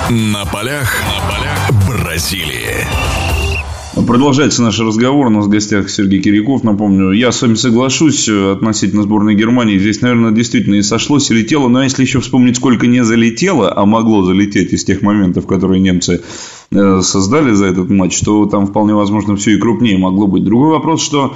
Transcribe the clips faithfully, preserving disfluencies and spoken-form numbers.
На полях, на полях Бразилии. Продолжается наш разговор. У нас в гостях Сергей Киряков. Напомню, я с вами соглашусь относительно сборной Германии. Здесь, наверное, действительно и сошлось, и летело. Но если еще вспомнить, сколько не залетело, а могло залететь из тех моментов, которые немцы создали за этот матч, то там вполне возможно все и крупнее могло быть. Другой вопрос, что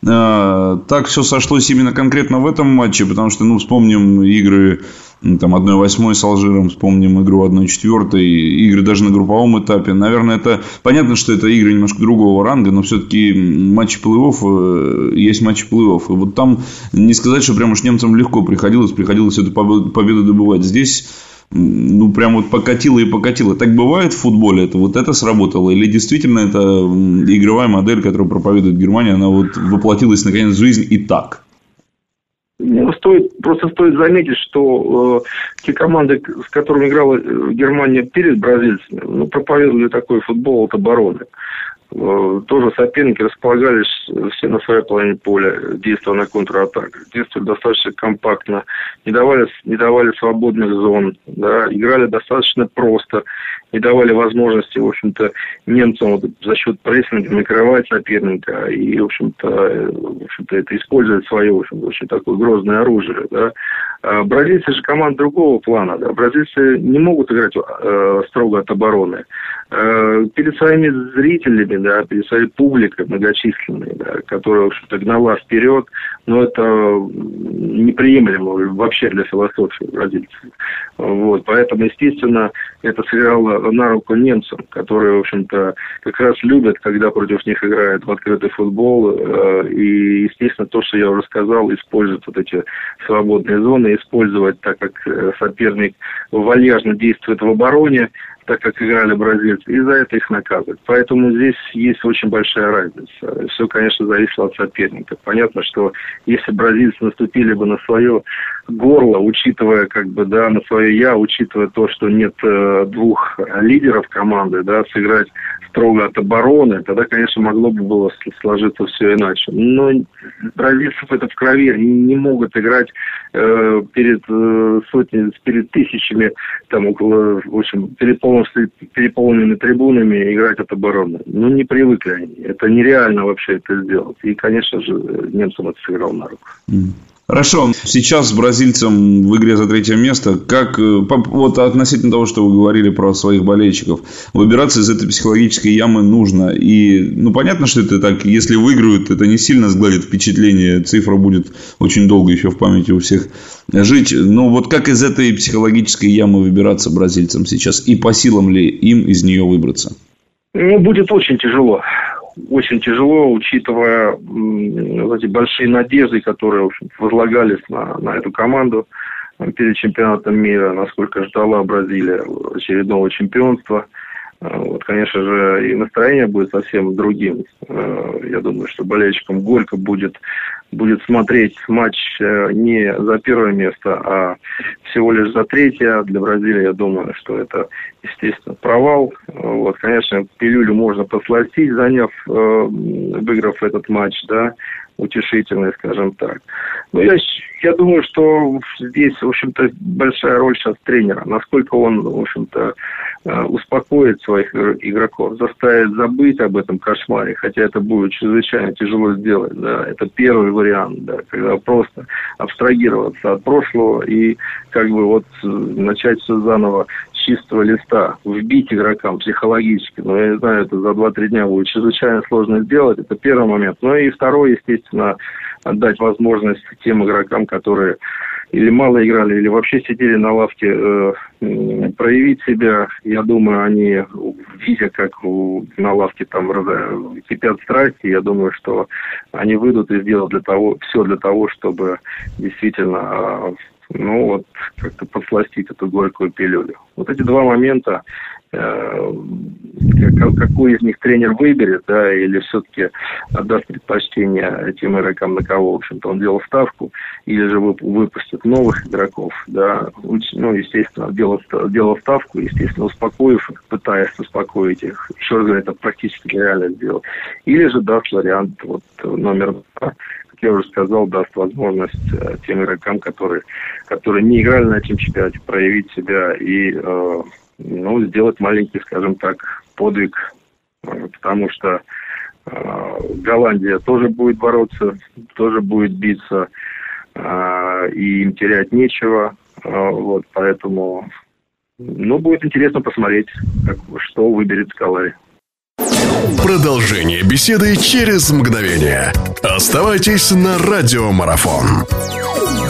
э, так все сошлось именно конкретно в этом матче, потому что, ну, вспомним игры там одна восьмая с Алжиром, вспомним игру одна четвертая, игры даже на групповом этапе. Наверное, это понятно, что это игры немножко другого ранга, но все-таки матчи плей-офф есть матчи плей-офф. И вот там не сказать, что прям уж немцам легко приходилось, приходилось эту победу добывать. Здесь ну, прям вот покатило и покатило. Так бывает в футболе? Это вот это сработало? Или действительно это игровая модель, которую проповедует Германия, она вот воплотилась наконец в жизнь и так? Ну, стоит, просто стоит заметить, что э, те команды, с которыми играла Германия перед бразильцами, ну, проповедовали такой футбол от обороны. Э, тоже соперники располагались все на своей половине поля, действуя на контратаках, действовали достаточно компактно, не давали, не давали свободных зон, да, играли достаточно просто, не давали возможности, в общем-то, немцам вот за счет прессинга накрывать соперника и, в общем-то, в общем-то это использовать свое, в общем-то, очень такое грозное оружие, да. А бразильцы же команда другого плана, да. Бразильцы не могут играть э, строго от обороны. Э, перед своими зрителями, да, перед своей публикой многочисленной, да, которая, в общем-то, гнала вперед, но это неприемлемо вообще для философии бразильцев. Вот, поэтому, естественно, это сыграло на руку немцам, которые, в общем-то, как раз любят, когда против них играют в открытый футбол. И, естественно, то, что я уже сказал, используют вот эти свободные зоны, использовать, так как соперник вальяжно действует в обороне, так как играли бразильцы, и за это их наказывают. Поэтому здесь есть очень большая разница. Все, конечно, зависело от соперника. Понятно, что если бразильцы наступили бы на свое горло, учитывая, как бы, да, на свое я, учитывая то, что нет э, двух лидеров команды, да, сыграть строго от обороны, тогда, конечно, могло бы было сложиться все иначе. Но бразильцев это в крови. Они не могут играть э, перед э, сотнями, перед тысячами, там, около, в общем, переполненными, переполненными трибунами играть от обороны. Ну, не привыкли они. Это нереально вообще это сделать. И, конечно же, немцам это сыграло на руку. Хорошо. Сейчас бразильцам в игре за третье место, как вот относительно того, что вы говорили про своих болельщиков, выбираться из этой психологической ямы нужно. И, ну, понятно, что это так, если выиграют, это не сильно сгладит впечатление, цифра будет очень долго еще в памяти у всех жить. Но вот как из этой психологической ямы выбираться бразильцам сейчас? И по силам ли им из нее выбраться? Ну, будет очень тяжело. Очень тяжело, учитывая м, эти большие надежды, которые, в общем, возлагались на, на эту команду перед чемпионатом мира, насколько ждала Бразилия очередного чемпионства. Вот, конечно же, и настроение будет совсем другим. Я думаю, что болельщикам горько будет, будет смотреть матч не за первое место, а всего лишь за третье. Для Бразилии, я думаю, что это, естественно, провал. Вот, конечно, пилюлю можно посластить, заняв, выиграв этот матч, да, утешительный, скажем так. Но я, я думаю, что здесь, в общем-то, большая роль сейчас тренера. Насколько он, в общем-то, успокоит своих игроков, заставит забыть об этом кошмаре, хотя это будет чрезвычайно тяжело сделать. Да. Это первый вариант, да, когда просто абстрагироваться от прошлого и как бы вот начать все заново с чистого листа, вбить игрокам психологически. Но я не знаю, это за два-три дня будет чрезвычайно сложно сделать. Это первый момент. Ну и второй, естественно, отдать возможность тем игрокам, которые или мало играли, или вообще сидели на лавке, э, проявить себя. Я думаю, они, видя, как у, на лавке там кипят страсти, я думаю, что они выйдут и сделают для того, все для того, чтобы действительно, ну вот, как-то подсластить эту горькую пилюлю. Вот эти два момента, э, какой из них тренер выберет, да, или все-таки отдаст предпочтение этим игрокам, на кого, в общем-то, он делал ставку, или же выпустит новых игроков, да, ну, естественно, делал, делал ставку, естественно, успокоив их, пытаясь успокоить их, еще раз говорю, это практически нереально сделать, или же даст вариант вот номер два, как я уже сказал, даст возможность тем игрокам, которые, которые не играли на этом чемпионате, проявить себя и э, ну, сделать маленький, скажем так, подвиг, потому что э, Голландия тоже будет бороться, тоже будет биться, э, и им терять нечего, э, вот, поэтому, ну, будет интересно посмотреть, как, что выберет Скалари. Продолжение беседы через мгновение. Оставайтесь на Радиомарафон.